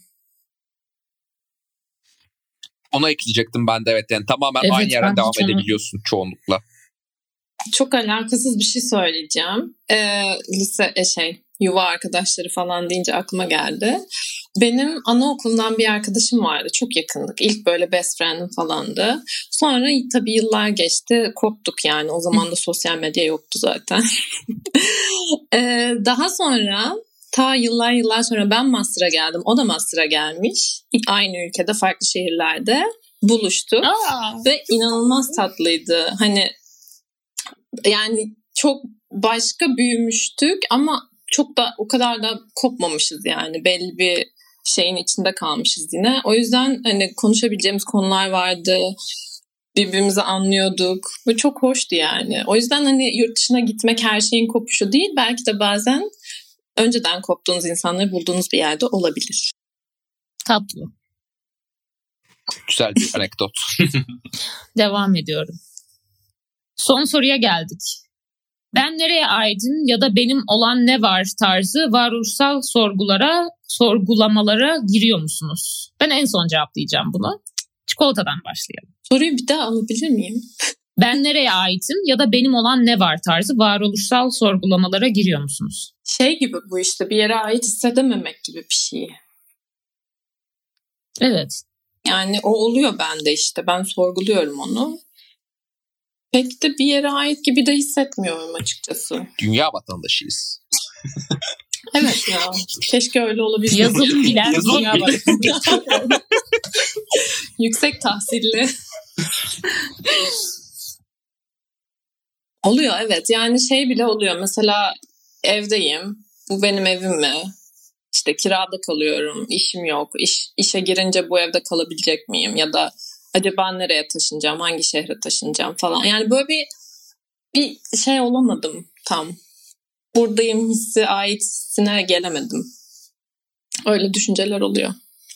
Ona ekleyecektim ben de, evet. Yani tamamen evet, aynı yerden devam onu... edebiliyorsun çoğunlukla. Çok alakasız bir şey söyleyeceğim. Ee, lise e, şey yuva arkadaşları falan deyince aklıma geldi. Benim anaokulundan bir arkadaşım vardı. Çok yakındık. İlk böyle best friend'im falandı. Sonra tabii yıllar geçti. Koptuk yani. O zaman da sosyal medya yoktu zaten. ee, daha sonra ta yıllar yıllar sonra ben master'a geldim. O da master'a gelmiş. Aynı ülkede, farklı şehirlerde buluştuk. Aa. Ve inanılmaz tatlıydı. Hani yani çok başka büyümüştük ama çok da o kadar da kopmamışız yani. Belli bir şeyin içinde kalmışız yine. O yüzden hani konuşabileceğimiz konular vardı. Birbirimizi anlıyorduk. Bu çok hoştu yani. O yüzden hani yurt dışına gitmek her şeyin kopuşu değil. Belki de bazen önceden koptuğunuz insanları bulduğunuz bir yerde olabilir. Tatlı. Güzel bir anekdot. Devam ediyorum. Son soruya geldik. Ben nereye aitim ya da benim olan ne var tarzı varoluşsal sorgulara, sorgulamalara giriyor musunuz? Ben en son cevaplayacağım bunu. Çikolatadan başlayalım. Soruyu bir daha alabilir miyim? Ben nereye aitim ya da benim olan ne var tarzı varoluşsal sorgulamalara giriyor musunuz? Şey gibi bu işte, bir yere ait hissedememek gibi bir şey. Evet. Yani o oluyor bende işte. Ben sorguluyorum onu. Pek de bir yere ait gibi de hissetmiyorum açıkçası. Dünya vatandaşıyız. Evet ya. Keşke öyle olabilse. Yazılım bilen dünya vatandaşı. Yüksek tahsilli. Oluyor evet. Yani şey bile oluyor. Mesela evdeyim. Bu benim evim mi? İşte kirada kalıyorum. İşim yok. İş, işe girince bu evde kalabilecek miyim? Ya da acaba nereye taşınacağım? Hangi şehre taşınacağım falan. Yani böyle bir bir şey olamadım tam. Buradayım hissi, ait hissine gelemedim. Öyle düşünceler oluyor.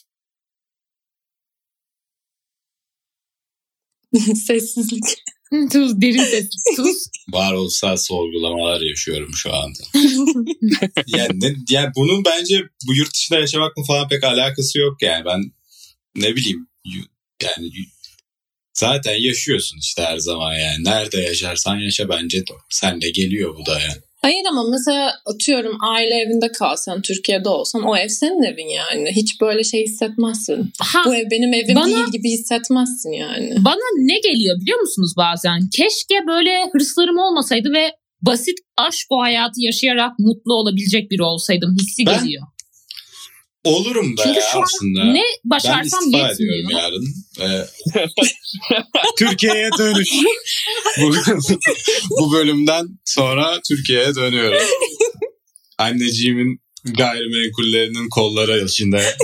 Sessizlik. Tuz, derin sessiz. Tuz. Varoluşsal sorgulamalar yaşıyorum şu anda. yani, ne, yani bunun bence bu yurt dışında yaşamakla falan pek alakası yok yani. Ben ne bileyim yani zaten yaşıyorsun işte her zaman yani. Nerede yaşarsan yaşa bence de. Sen de geliyor bu da yani. Hayır ama mesela atıyorum aile evinde kalsan, Türkiye'de olsan o ev senin evin yani. Hiç böyle şey hissetmezsin. Ha, bu ev benim evim bana, değil gibi hissetmezsin yani. Bana ne geliyor biliyor musunuz bazen? Keşke böyle hırslarım olmasaydı ve basit aşk o hayatı yaşayarak mutlu olabilecek biri olsaydım hissi ben, geliyor. Olurum da çünkü ya şu an aslında. Ne başarsam ben yetmiyor. Ben yarın. Ee, Türkiye'ye dönüş. bu, bu bölümden sonra Türkiye'ye dönüyorum. Anneciğimin gayrimenkullerinin kolları içinde.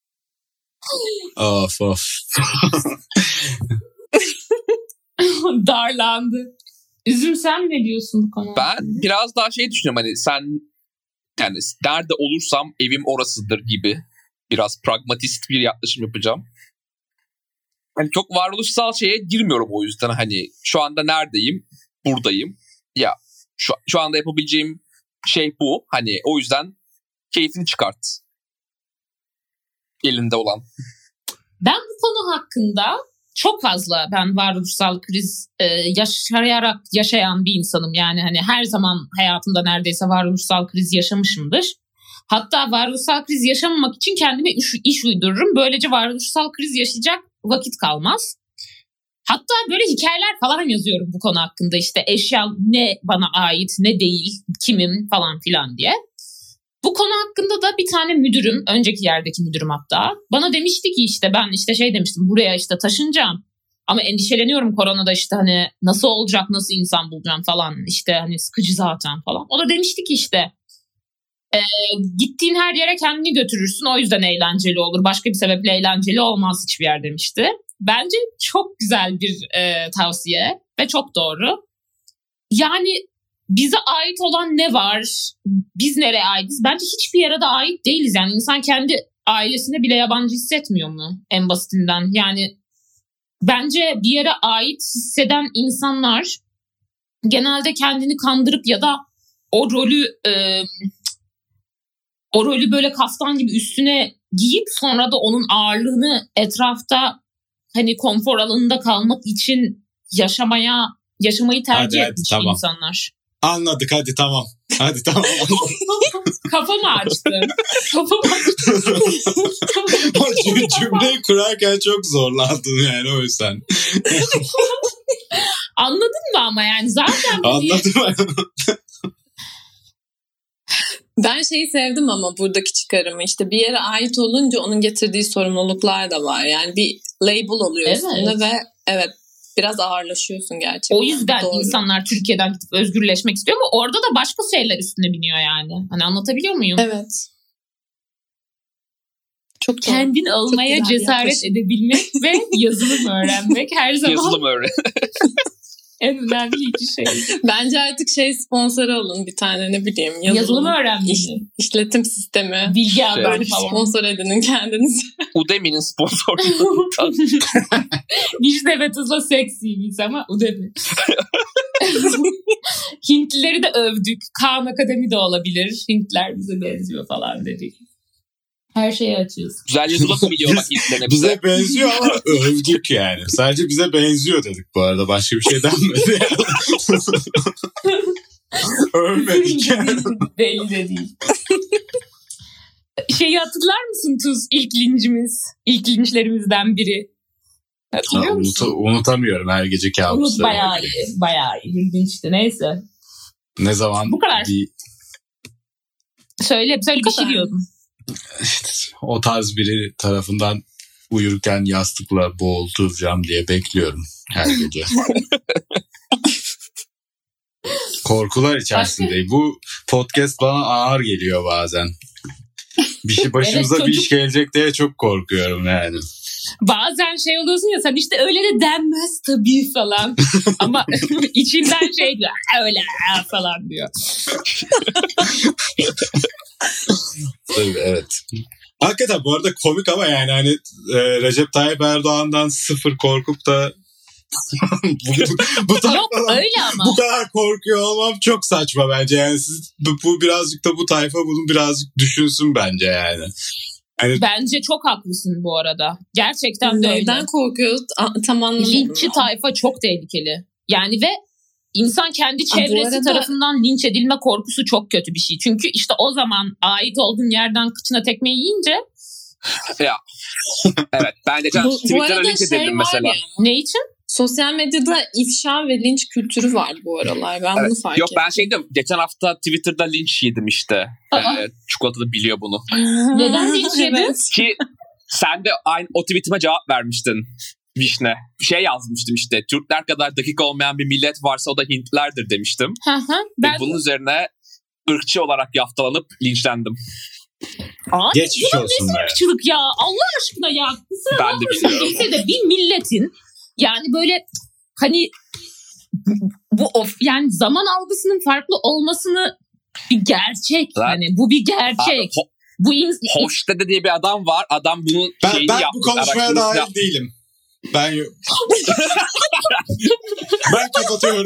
of of. Darlandı. Üzüm sen ne diyorsun bu konuda? Ben biraz daha şey düşünüyorum hani sen yani nerede olursam evim orasıdır gibi biraz pragmatist bir yaklaşım yapacağım. Hani çok varoluşsal şeye girmiyorum o yüzden hani şu anda neredeyim? Buradayım. Ya şu, şu anda yapabileceğim şey bu. Hani o yüzden keyfini çıkart. Elinde olan. Ben bu konu hakkında çok fazla ben varoluşsal kriz e, yaşayarak yaşayan bir insanım. Yani hani her zaman hayatımda neredeyse varoluşsal kriz yaşamışımdır. Hatta varoluşsal kriz yaşamamak için kendime iş, iş uydururum. Böylece varoluşsal kriz yaşayacak vakit kalmaz. Hatta böyle hikayeler falan yazıyorum bu konu hakkında. İşte eşya ne bana ait ne değil, kimim falan filan diye. Bu konu hakkında da bir tane müdürüm, önceki yerdeki müdürüm hatta, bana demişti ki işte ben işte şey demiştim, buraya işte taşınacağım. Ama endişeleniyorum koronada işte hani nasıl olacak, nasıl insan bulacağım falan, işte hani sıkıcı zaten falan. O da demişti ki işte e, gittiğin her yere kendini götürürsün, o yüzden eğlenceli olur. Başka bir sebeple eğlenceli olmaz hiçbir yer demişti. Bence çok güzel bir e, tavsiye ve çok doğru. Yani bize ait olan ne var? Biz nereye aitiz? Bence hiçbir yere de ait değiliz. Yani insan kendi ailesine bile yabancı hissetmiyor mu en basitinden? Yani bence bir yere ait hisseden insanlar genelde kendini kandırıp ya da o rolü e, o rolü böyle kaftan gibi üstüne giyip sonra da onun ağırlığını etrafta hani konfor alanında kalmak için yaşamaya yaşamayı tercih hadi, etmiş hadi, tamam. insanlar. Anladık hadi tamam. Hadi tamam. Kafamı açtım. Kafamı açtım. O cümleyi kurarken çok zorlandın yani o yüzden. Anladın mı ama yani zaten. Anladım. Ben şeyi sevdim ama buradaki çıkarımı işte bir yere ait olunca onun getirdiği sorumluluklar da var. Yani bir label oluyor evet. üstünde ve evet biraz ağırlaşıyorsun gerçekten. O yüzden doğru. insanlar Türkiye'den gidip özgürleşmek istiyor ama orada da başka şeyler üstüne biniyor yani. Hani anlatabiliyor muyum? Evet. Çok kendin doğru. olmaya Çok cesaret edebilmek ve yazılım öğrenmek her zaman yazılım öğren. en önemli iki şey. Bence artık şey sponsoru olun bir tane ne bileyim. Yazılım, yazılım öğrenmek. İş, işletim sistemi. Bilgi haber şey, falan. Sponsor edinin kendinizi. Udemy'nin sponsorluğu. Vişne ve Tuzla seksiymiş ama Udemy. Hintlileri de övdük. Khan Akademi de olabilir. Hintler bize benziyor falan dedik. Her şeyi açıyoruz. Güzel yazılım mı biliyor bak Hintlerine bize? Bize benziyor ama övdük yani. Sadece bize benziyor dedik bu arada. Başka bir şey denmedi. Övmedik yani. Belli de değil. Şeyi hatırlar mısın Tuz? İlk lincimiz. İlk linçlerimizden biri. Hatırlıyor musun? Unut- unutamıyorum her gece kabusları. Unut bayağı iyi. Bayağı iyi. İlginçti. Neyse. Ne zaman? Bu kadar. Bir... Söyle, söyle bir şey diyordun. İşte, o tarz biri tarafından uyurken yastıkla boğultulacağım diye bekliyorum her gece. Korkular içerisindeyim. Bu podcast bana ağır geliyor bazen. Bir şey başımıza evet, çocuk... bir iş gelecek diye çok korkuyorum yani. Bazen şey oluyorsun ya sen işte öyle de denmez tabii falan. Ama içinden şey diyor öyle falan diyor. Tabii evet. Hakikaten bu arada komik ama yani hani e, Recep Tayyip Erdoğan'dan sıfır korkup da bu, bu, bu Yok öyle ama. Bu kadar korkuyor olmam çok saçma bence yani siz, bu, bu birazcık da bu tayfa bunu birazcık düşünsün bence yani. Yani... Bence çok haklısın bu arada. Gerçekten de öyle. Neyden korkuyoruz? Tam anlamadım. Linççi tayfa çok tehlikeli. Yani ve insan kendi çevresi arada... tarafından linç edilme korkusu çok kötü bir şey. Çünkü işte o zaman ait olduğun yerden kıçına tekmeyi yiyince ya. Evet. Ben de Twitter'da linç edildim şey mesela. Ya. Ne için? Sosyal medyada ifşa ve linç kültürü var bu aralar. Ben evet. bunu fark Yok, ettim. Yok ben şey diyorum. Geçen hafta Twitter'da linç yedim işte. Ee, Çikolata da biliyor bunu. Neden linç yedin? Evet. Ki sen de aynı o tweetime cevap vermiştin. Vişne. Bir şey yazmıştım işte. Türkler kadar dakika olmayan bir millet varsa o da Hintlerdir demiştim. Hı hı. Ben... Ve bunun üzerine ırkçı olarak yaftalanıp linçlendim. Abi, geçmiş olsun be. Irkçılık ya. Allah aşkına ya. Ben de biliyorum. Neyse de bir milletin yani böyle hani bu of yani zaman algısının farklı olmasını bir gerçek. Zaten, hani bu bir gerçek. Abi, ho- bu ins- Hofstede diye bir adam var. Adam bunun Ben, şeyini ben yaptı. bu konuşmaya dahil Yap- değilim. Ben ben kapatıyorum.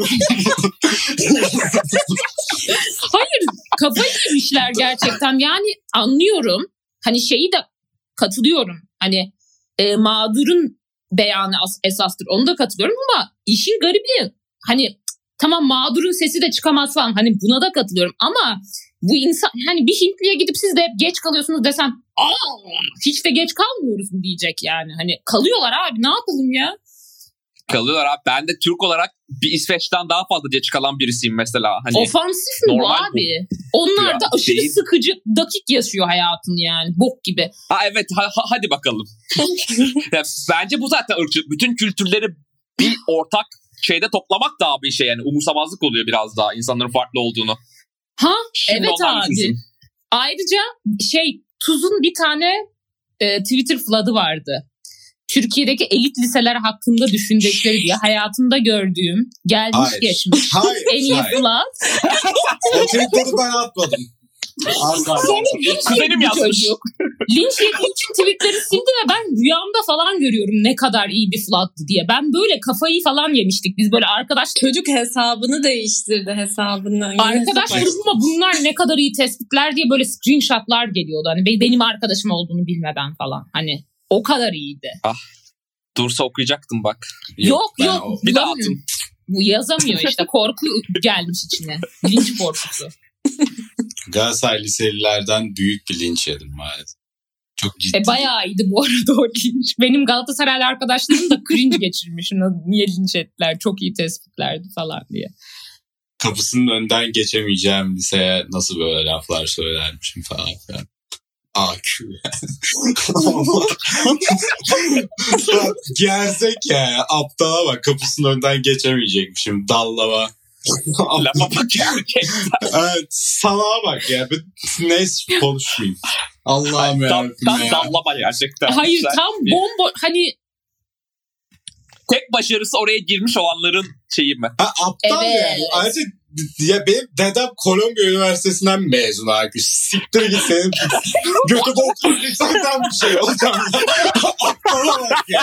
Hayır, kafayı yemişler gerçekten. Yani anlıyorum. Hani şeyi de katılıyorum. Hani e, mağdurun beyanı as- esastır. Onu da katılıyorum ama işin garibi hani tamam mağdurun sesi de çıkamaz falan. Hani buna da katılıyorum ama bu insan hani bir Hintliye gidip siz de hep geç kalıyorsunuz desem aa hiç de geç kalmıyoruz mu diyecek yani. Hani kalıyorlar abi, ne yapalım ya? Kalıyorlar abi. Ben de Türk olarak bir İsveç'ten daha fazla geç kalan birisiyim mesela. Hani ofansif mi bu abi? Bu. Onlar ya, da aşırı değil. sıkıcı, dakik yaşıyor hayatını yani. Bok gibi. Ha evet ha, ha, hadi bakalım. Ya, bence bu zaten ırkçı. Bütün kültürleri bir ortak şeyde toplamak da abi şey yani umursamazlık oluyor biraz daha insanların farklı olduğunu. Ha Şimdi evet onlar abi. düşünsün. Ayrıca şey Tuz'un bir tane e, Twitter flood'ı vardı. Türkiye'deki elit liseler hakkında düşündükleri diye hayatımda gördüğüm gelmiş Hayır. geçmiş Hayır. en iyi hayır. flood. O tweetleri ben atmadım. Asla. Kuzenim yazmış. Çocuk. Linç yediği için tweetleri sildi ve ben rüyamda falan görüyorum ne kadar iyi bir flood'dı diye. Ben böyle kafayı falan yemiştik. Biz böyle arkadaş Çocuk hesabını değiştirdi hesabını. Yine arkadaş hesap- grubuma bunlar ne kadar iyi tespitler diye böyle screenshotlar geliyordu. Hani be- benim arkadaşım olduğunu bilmeden falan. Hani o kadar iyiydi. Dursa okuyacaktım bak. Yok ben yok. o- Bir daha bulamıyorum. atın. Bu yazamıyor işte. Korku gelmiş içine. Linç korkusu. Galatasaray liselilerden büyük bir linç yedim maalesef. Çok ciddi. E bayağı iyiydi bu arada o linç. Benim Galatasaraylı arkadaşlarım da cringe geçirmiş. Niye linç ettiler? Çok iyi tespitlerdi falan diye. Kapısının önden geçemeyeceğim liseye nasıl böyle laflar söylermişim falan filan. A Q Gerzek ya. Aptala bak, kapısının önden geçemeyecekmişim. Dallama. Lafa bak gerçekten. Evet, salağa bak ya. Neyse konuşmayayım. Allah'ım Tam, yarabbim tam ya. dallama gerçekten. Hayır Güzel. tam bombo hani Tek başarısı oraya girmiş olanların şeyi mi? Ha, aptal Evet. yani. Ayrıca ya benim dedem Kolombiya Üniversitesi'nden mezun abi. Siktir git senin götü boklu lisandan bir şey olacağım. Aptala bak ya.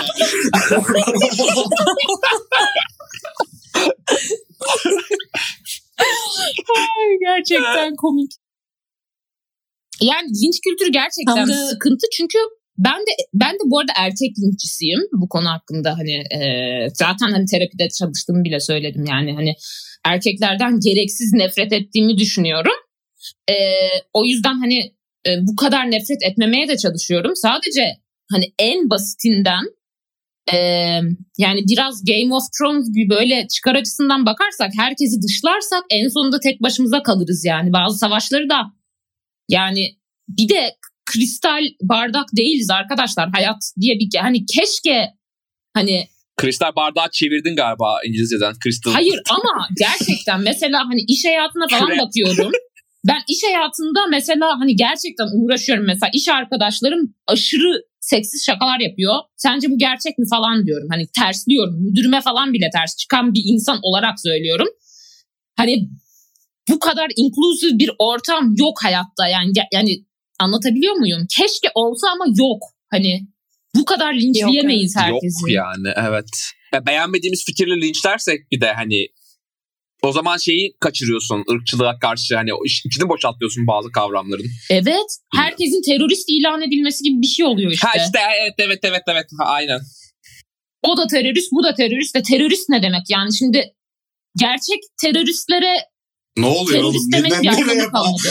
Ay, gerçekten komik. Yani linç kültürü gerçekten Tam bir da- sıkıntı çünkü ben de ben de bu arada erkek linççisiyim bu konu hakkında hani e, zaten hani terapide çalıştığımı bile söyledim yani hani erkeklerden gereksiz nefret ettiğimi düşünüyorum. E, o yüzden hani e, bu kadar nefret etmemeye de çalışıyorum. Sadece hani en basitinden e, yani biraz Game of Thrones gibi böyle çıkar açısından bakarsak herkesi dışlarsak en sonunda tek başımıza kalırız yani. Bazı savaşları da yani bir de kristal bardak değiliz arkadaşlar. Hayat diye bir hani keşke hani Kristal bardağı çevirdin galiba İngilizceden. Crystal. hayır ama gerçekten mesela hani iş hayatına falan Küre. bakıyorum. Ben iş hayatında mesela hani gerçekten uğraşıyorum mesela iş arkadaşlarım aşırı seksiz şakalar yapıyor. Sence bu gerçek mi falan diyorum. Hani tersliyorum. Müdürüme falan bile ters çıkan bir insan olarak söylüyorum. Hani bu kadar inclusive bir ortam yok hayatta yani yani anlatabiliyor muyum? Keşke olsa ama yok. Hani bu kadar linçleyemeyiz Yok herkesi. yani evet. Ya beğenmediğimiz fikirle linçlersek bir de hani o zaman şeyi kaçırıyorsun ırkçılığa karşı hani o iç- içini boşaltıyorsun bazı kavramların. Evet. Herkesin terörist ilan edilmesi gibi bir şey oluyor işte. Ha işte evet evet evet evet ha, aynen. O da terörist, bu da terörist de terörist ne demek? Yani şimdi gerçek teröristlere Ne oluyor oğlum? terörist demenin bir Nereye, anlamı kalmadı.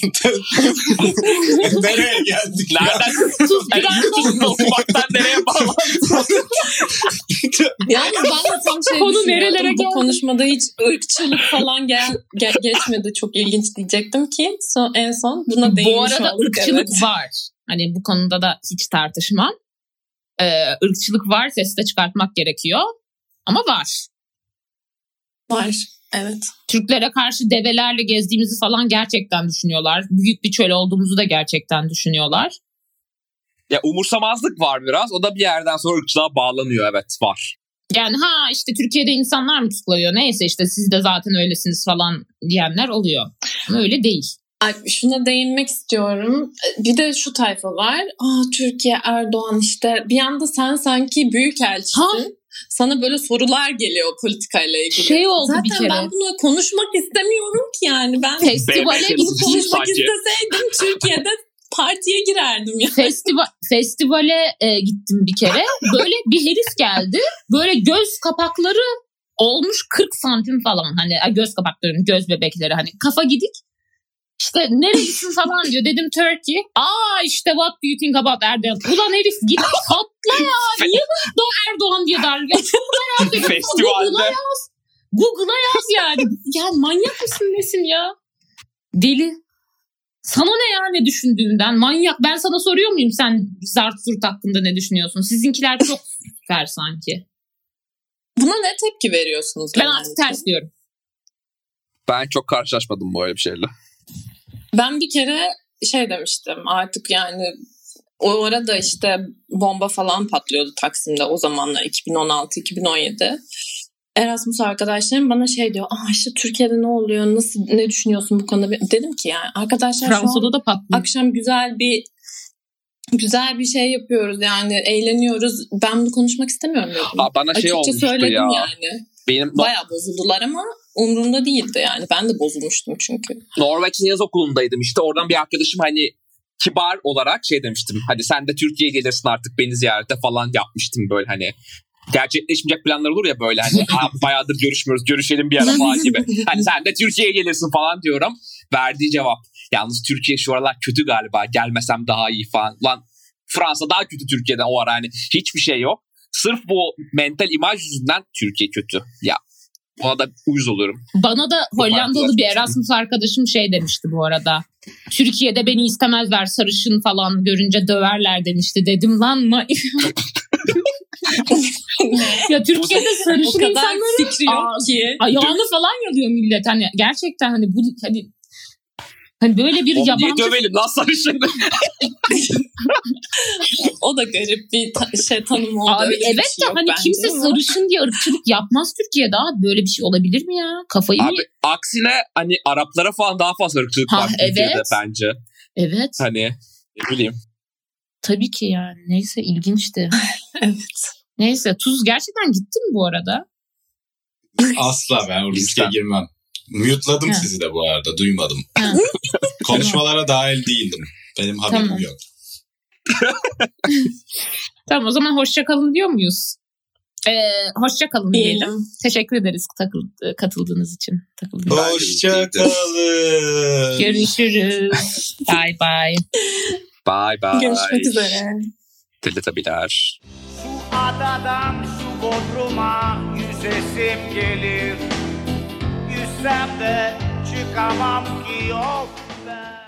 nereye geldik ya? Nereden? Tuz Yani biraz YouTube'da okumaktan nereye bağlandı? Yalnız ben de tam şey Konu düşünüyordum. nerelere Bu geldi? konuşmada hiç ırkçılık falan gel, ge- geçmedi. Çok ilginç diyecektim ki son, en son buna değinmiş Bu arada olduk. ırkçılık Evet. var. Hani bu konuda da hiç tartışmam. Ee, ırkçılık var, sesi de çıkartmak gerekiyor. Ama var. Var. Evet. Türklere karşı develerle gezdiğimizi falan gerçekten düşünüyorlar. Büyük bir çöl olduğumuzu da gerçekten düşünüyorlar. Ya umursamazlık var biraz. O da bir yerden sonra ırkçılığa bağlanıyor evet var. Yani ha işte Türkiye'de insanlar mı tutuklanıyor? Neyse işte siz de zaten öylesiniz falan diyenler oluyor. Ama öyle değil. Ay, şuna değinmek istiyorum. Bir de şu tayfa var. Aa, Türkiye, Erdoğan işte. Bir anda sen sanki büyükelçisin. Ha? Sana böyle sorular geliyor politikayla ilgili. Şey oldu zaten bir kere. ben bunu konuşmak istemiyorum ki yani. Ben festivale bunu konuşmak isteseydim Türkiye'de partiye girerdim ya. Festival festivale e, gittim bir kere. Böyle bir herif geldi. Böyle göz kapakları olmuş kırk santim falan. Hani göz kapakları, göz bebekleri hani kafa gidik. İşte nerelisin falan diyor. Dedim Turkey. Aa işte what do you think about Erdoğan? Ulan herif git patla ya. Niye bu Erdoğan diye darlıyor? Festivalde. Google'a yaz. Google'a yaz yani. Ya manyak mısın nesin ya? Deli. Sana ne ya ne düşündüğünden? Manyak. Ben sana soruyor muyum sen zart zurt hakkında ne düşünüyorsun? Sizinkiler çok süper sanki. Buna ne tepki veriyorsunuz? Ben artık ters diyorum. Ben çok karşılaşmadım böyle bir şeyle. Ben bir kere şey demiştim artık yani o arada işte bomba falan patlıyordu Taksim'de o zamanlar iki bin on altı iki bin on yedi. Erasmus arkadaşlarım bana şey diyor. Aa işte Türkiye'de ne oluyor? Nasıl ne düşünüyorsun bu konuda? Dedim ki yani arkadaşlar Fransa'da da patlıyor. Akşam güzel bir güzel bir şey yapıyoruz yani eğleniyoruz. Ben bunu konuşmak istemiyorum dedim. Aa, bana şey açıkça olmuştu söyledim ya. yani. Benim bayağı bozuldular ama umurumda değildi yani. Ben de bozulmuştum çünkü. Norveç'in yaz okulundaydım işte. Oradan bir arkadaşım hani kibar olarak şey demiştim. Hadi sen de Türkiye'ye gelirsin artık beni ziyarete falan yapmıştım böyle hani. Gerçekleşmeyecek planlar olur ya böyle hani bayağıdır görüşmüyoruz görüşelim bir ara falan gibi. Hani sen de Türkiye'ye gelirsin falan diyorum. Verdiği cevap yalnız Türkiye şu aralar kötü galiba gelmesem daha iyi falan. Lan Fransa daha kötü Türkiye'den o ara hani hiçbir şey yok. Sırf bu mental imaj yüzünden Türkiye kötü. Ya ona da uyuz oluyorum. Bana da Hollandalı bir Erasmus arkadaşım şey demişti bu arada. Türkiye'de beni istemezler sarışın falan görünce döverler demişti. Dedim lan ma... ya Türkiye'de sarışın insanların fikri yok ki. Ayağını falan yalıyor millet. Hani gerçekten hani bu hani hani böyle bir Oğlum yabancı. niye dövelim lan sarışın? O da garip bir ta- şey tanım oldu. Abi evet de şey hani kimse ama. Sarışın diye ırkçılık yapmaz Türkiye'de abi. Böyle bir şey olabilir mi ya? Kafayı abi, aksine hani Araplara falan daha fazla ırkçılık ha, var evet. Türkiye'de bence. Evet. Hani ne bileyim. Tabii ki yani. Neyse ilginçti. Evet. Neyse Tuz gerçekten gitti mi bu arada? Asla ben o riske girmem. Mute'ladım sizi de bu arada. Duymadım. Konuşmalara dahil değildim. Benim haberim tamam. yok. Tamam o zaman hoşça kalın diyor muyuz? Ee, hoşça kalın diyelim. Teşekkür ederiz takıl- katıldığınız için. Hoşça kalın. Görüşürüz. Bye bye. Bye bye. Görüşmek üzere. Teletubbiler. Şu adadan şu bodruma yüzesim gelir. Yüzsem de çıkamam ki yolda.